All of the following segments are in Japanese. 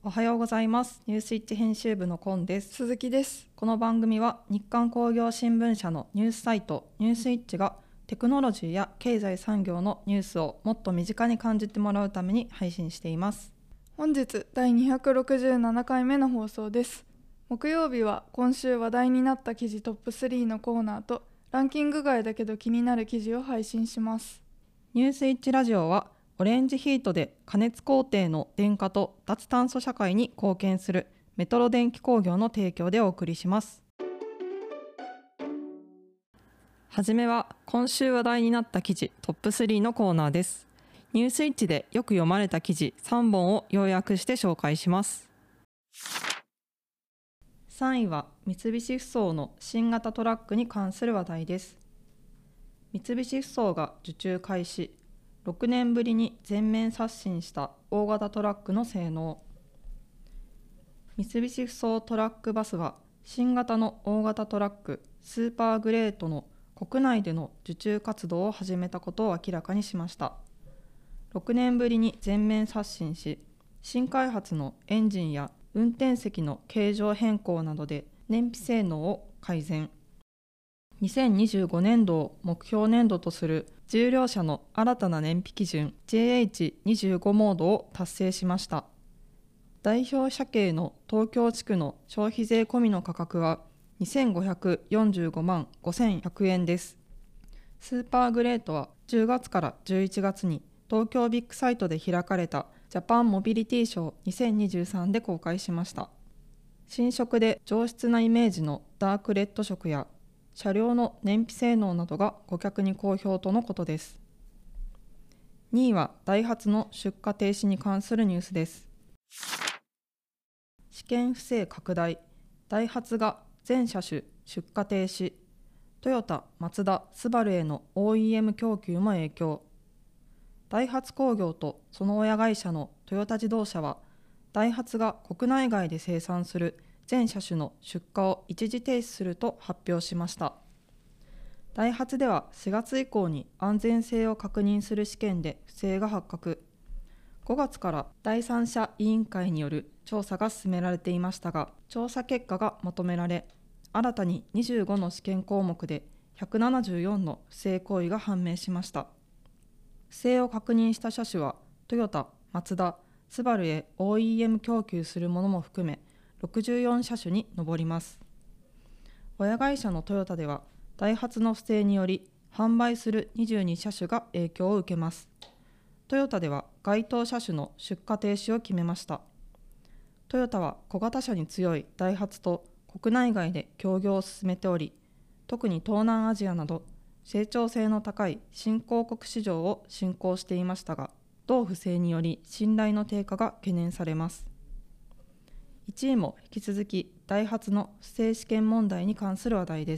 おはようございます。ニュースイッチ編集部のコンです。 鈴木です。 この番組は日刊工業新聞社のニュースサイトニュースイッチがテクノロジーや経済産業のニュースをもっと身近に感じてもらうために配信しています。 本日第267回目の放送です。木曜日は今週話題になった記事トップ3のコーナーとランキング外だけど気になる記事を配信します。 ニュースイッチラジオはオレンジヒートで加熱工程の電化と脱炭素社会に貢献するメトロ電気工業の提供でお送りします。はじめは今週話題になった記事トップ3のコーナーです。ニュースイッチでよく読まれた記事3本を要約して紹介します。3位は三菱ふそうの新型トラックに関する話題です。三菱ふそうが受注開始、6年ぶりに全面刷新した大型トラックの性能。三菱ふそうトラックバスは新型の大型トラックスーパーグレートの国内での受注活動を始めたことを明らかにしました。6年ぶりに全面刷新し、新開発のエンジンや運転席の形状変更などで燃費性能を改善。2025年度を目標年度とする重量車の新たな燃費基準 JH25 モードを達成しました。代表車系の東京地区の消費税込みの価格は2545万5100円です。スーパーグレートは10月から11月に東京ビッグサイトで開かれたジャパンモビリティショー2023で公開しました。新色で上質なイメージのダークレッド色や車両の燃費性能などが顧客に好評とのことです。2位はダイハツの出荷停止に関するニュースです。試験不正拡大、ダイハツが全車種出荷停止、トヨタ、マツダ、スバルへの OEM 供給も影響。ダイハツ工業とその親会社のトヨタ自動車は、ダイハツが国内外で生産する全車種の出荷を一時停止すると発表しました。ダイハツでは4月以降に安全性を確認する試験で不正が発覚。5月から第三者委員会による調査が進められていましたが、調査結果がまとめられ、新たに25の試験項目で174の不正行為が判明しました。不正を確認した車種はトヨタ、マツダ、スバルへ OEM 供給するものも含め64車種に上ります。親会社のトヨタではダイハツの不正により販売する22車種が影響を受けます。トヨタでは該当車種の出荷停止を決めました。トヨタは小型車に強いダイハツと国内外で協業を進めており、特に東南アジアなど成長性の高い新興国市場を進行していましたが、同不正により信頼の低下が懸念されます。1位も引き続きダイハツの不正試験問題に関する話題です。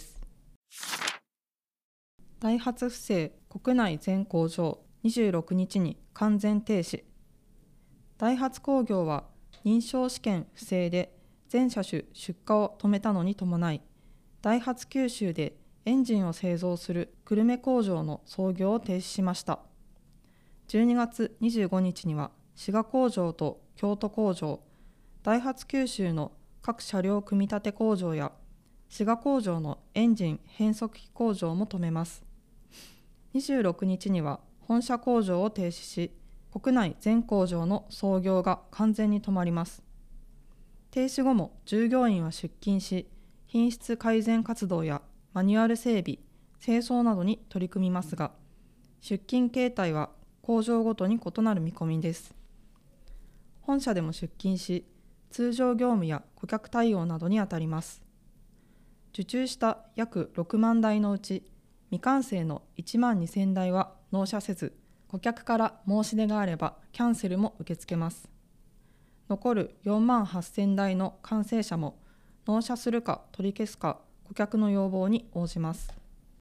ダイハツ不正国内全工場26日に完全停止。ダイハツ工業は認証試験不正で全車種出荷を止めたのに伴い、ダイハツ九州でエンジンを製造する久留米工場の操業を停止しました。12月25日には滋賀工場と京都工場、ダイハツ九州の各車両組み立て工場や滋賀工場のエンジン変速機工場も止めます。26日には本社工場を停止し、国内全工場の操業が完全に止まります。停止後も従業員は出勤し、品質改善活動やマニュアル整備、清掃などに取り組みますが、出勤形態は工場ごとに異なる見込みです。本社でも出勤し、通常業務や顧客対応などに当たります。受注した約6万台のうち、未完成の1万2000台は納車せず、顧客から申し出があればキャンセルも受け付けます。残る4万8000台の完成車も納車するか取り消すか顧客の要望に応じます。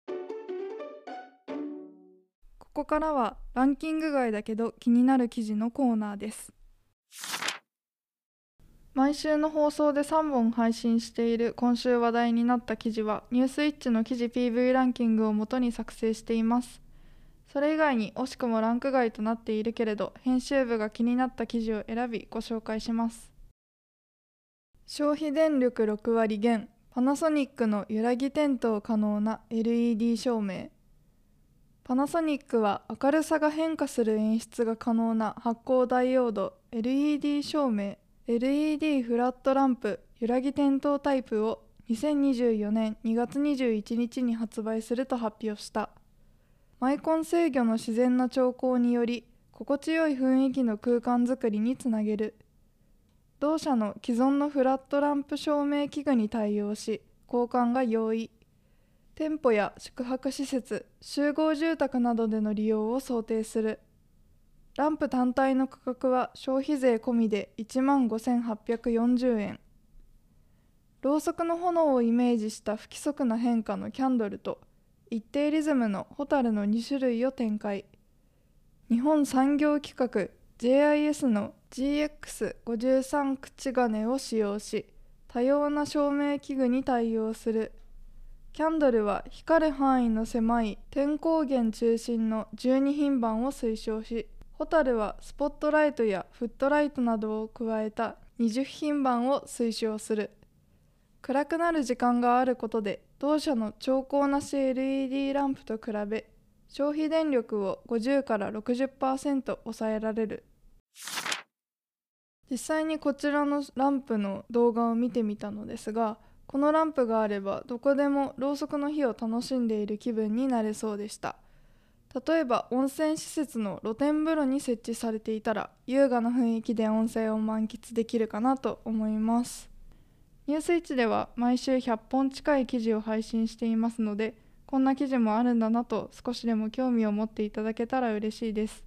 ここからはランキング外だけど気になる記事のコーナーです。毎週の放送で3本配信している今週話題になった記事はニュースイッチの記事 PV ランキングをもとに作成しています。それ以外に惜しくもランク外となっているけれど編集部が気になった記事を選びご紹介します。 消費電力6割減、パナソニックの揺らぎ点灯可能な LED 照明。パナソニックは明るさが変化する演出が可能な発光ダイオード LED 照明 LED フラットランプ揺らぎ点灯タイプを2024年2月21日に発売すると発表した。マイコン制御の自然な調光により心地よい雰囲気の空間づくりにつなげる。同社の既存のフラットランプ照明器具に対応し、交換が容易。店舗や宿泊施設、集合住宅などでの利用を想定する。ランプ単体の価格は消費税込みで15,840円。ろうそくの炎をイメージした不規則な変化のキャンドルと一定リズムのホタルの2種類を展開。日本産業規格 JIS の GX53 口金を使用し、多様な照明器具に対応する。キャンドルは光る範囲の狭い点光源中心の12品番を推奨し、ホタルはスポットライトやフットライトなどを加えた20品番を推奨する。暗くなる時間があることで、同社の調光なし LED ランプと比べ、消費電力を50から 60% 抑えられる。実際にこちらのランプの動画を見てみたのですが、このランプがあればどこでもろうそくの火を楽しんでいる気分になれそうでした。例えば温泉施設の露天風呂に設置されていたら、優雅な雰囲気で温泉を満喫できるかなと思います。ニュースイッチでは毎週100本近い記事を配信していますので、こんな記事もあるんだなと少しでも興味を持っていただけたら嬉しいです。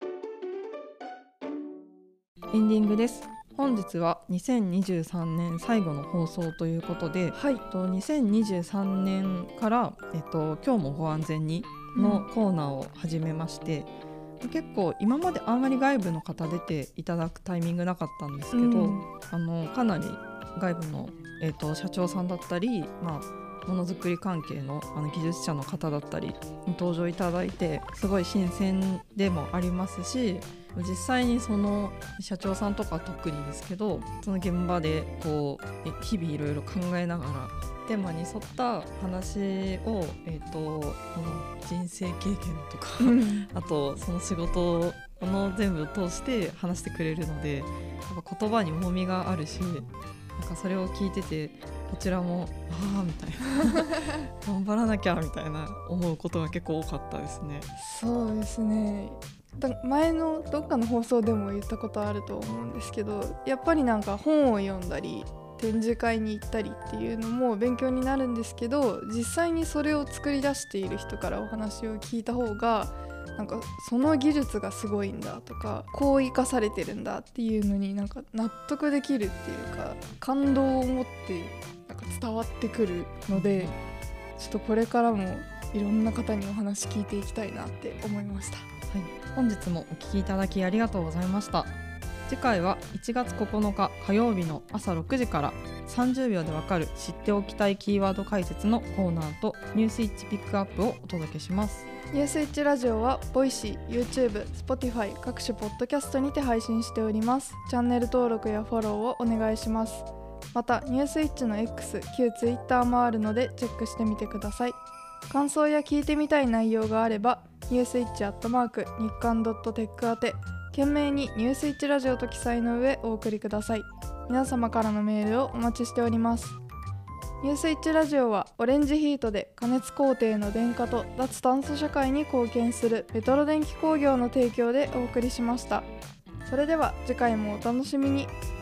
エンディングです。本日は2023年最後の放送ということで、2023年から、今日もご安全にのコーナーを始めまして、結構今まであんまり外部の方出ていただくタイミングなかったんですけど、かなり外部の、社長さんだったり、ものづくり関係の、技術者の方だったりに登場いただいて、すごい新鮮でもありますし、実際にその社長さんとか特にですけど、その現場でこう日々いろいろ考えながらテーマに沿った話を、この人生経験とかあとその仕事の全部を通して話してくれるので、やっぱ言葉に重みがあるし、なんかそれを聞いててこちらもみたいな頑張らなきゃみたいな思うことが結構多かったですね。 そうですね。前のどっかの放送でも言ったことあると思うんですけど、やっぱりなんか本を読んだり展示会に行ったりっていうのも勉強になるんですけど、実際にそれを作り出している人からお話を聞いた方が、なんかその技術がすごいんだとか、こう生かされてるんだっていうのになんか納得できるっていうか、感動を持ってなんか伝わってくるので、ちょっとこれからもいろんな方にお話聞いていきたいなって思いました。 本日もお聞きいただきありがとうございました。次回は1月9日火曜日の朝6時から30秒でわかる知っておきたいキーワード解説のコーナーとニュースイッチピックアップをお届けします。 ニュースイッチラジオはボイシー、YouTube、Spotify 各種ポッドキャストにて配信しております。チャンネル登録やフォローをお願いします。またニュースイッチの X、旧 Twitter もあるのでチェックしてみてください。感想や聞いてみたい内容があればニュースイッチ@日刊.tech 宛て懸命にニュースイッチラジオと記載の上お送りください。皆様からのメールをお待ちしております。ニュースイッチラジオはオレンジヒートで加熱工程の電化と脱炭素社会に貢献するペトロ電気工業の提供でお送りしました。それでは次回もお楽しみに。